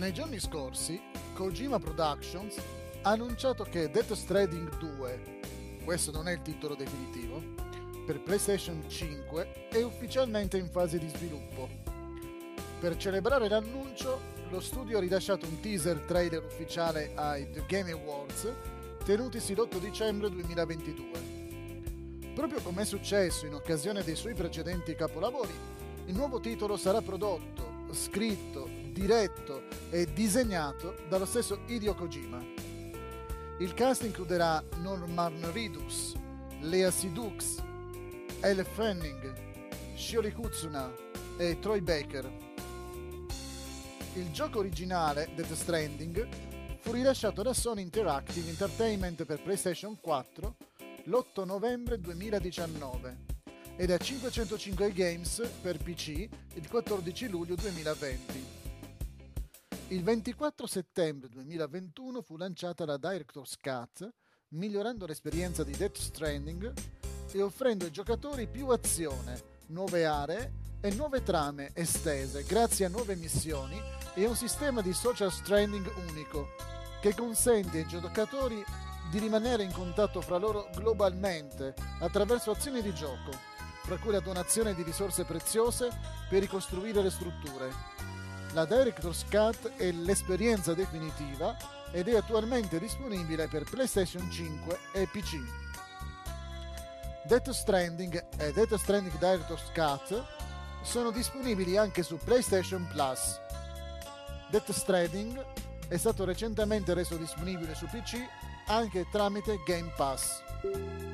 Nei giorni scorsi, Kojima Productions ha annunciato che Death Stranding 2, questo non è il titolo definitivo, per PlayStation 5 è ufficialmente in fase di sviluppo. Per celebrare l'annuncio, lo studio ha rilasciato un teaser trailer ufficiale ai The Game Awards tenutisi l'8 dicembre 2022. Proprio come è successo in occasione dei suoi precedenti capolavori, il nuovo titolo sarà prodotto, scritto, diretto e disegnato dallo stesso Hideo Kojima. Il cast includerà Norman Reedus, Lea Seydoux, Elle Fanning, Shiori Kutsuna e Troy Baker. Il gioco originale, Death Stranding, fu rilasciato da Sony Interactive Entertainment per PlayStation 4 l'8 novembre 2019 e da 505 Games per PC il 14 luglio 2020. Il 24 settembre 2021 fu lanciata la Director's Cut, migliorando l'esperienza di Death Stranding e offrendo ai giocatori più azione, nuove aree e nuove trame estese grazie a nuove missioni e un sistema di social stranding unico che consente ai giocatori di rimanere in contatto fra loro globalmente attraverso azioni di gioco, fra cui la donazione di risorse preziose per ricostruire le strutture. La Director's Cut è l'esperienza definitiva ed è attualmente disponibile per PlayStation 5 e PC. Death Stranding e Death Stranding Director's Cut sono disponibili anche su PlayStation Plus. Death Stranding è stato recentemente reso disponibile su PC anche tramite Game Pass.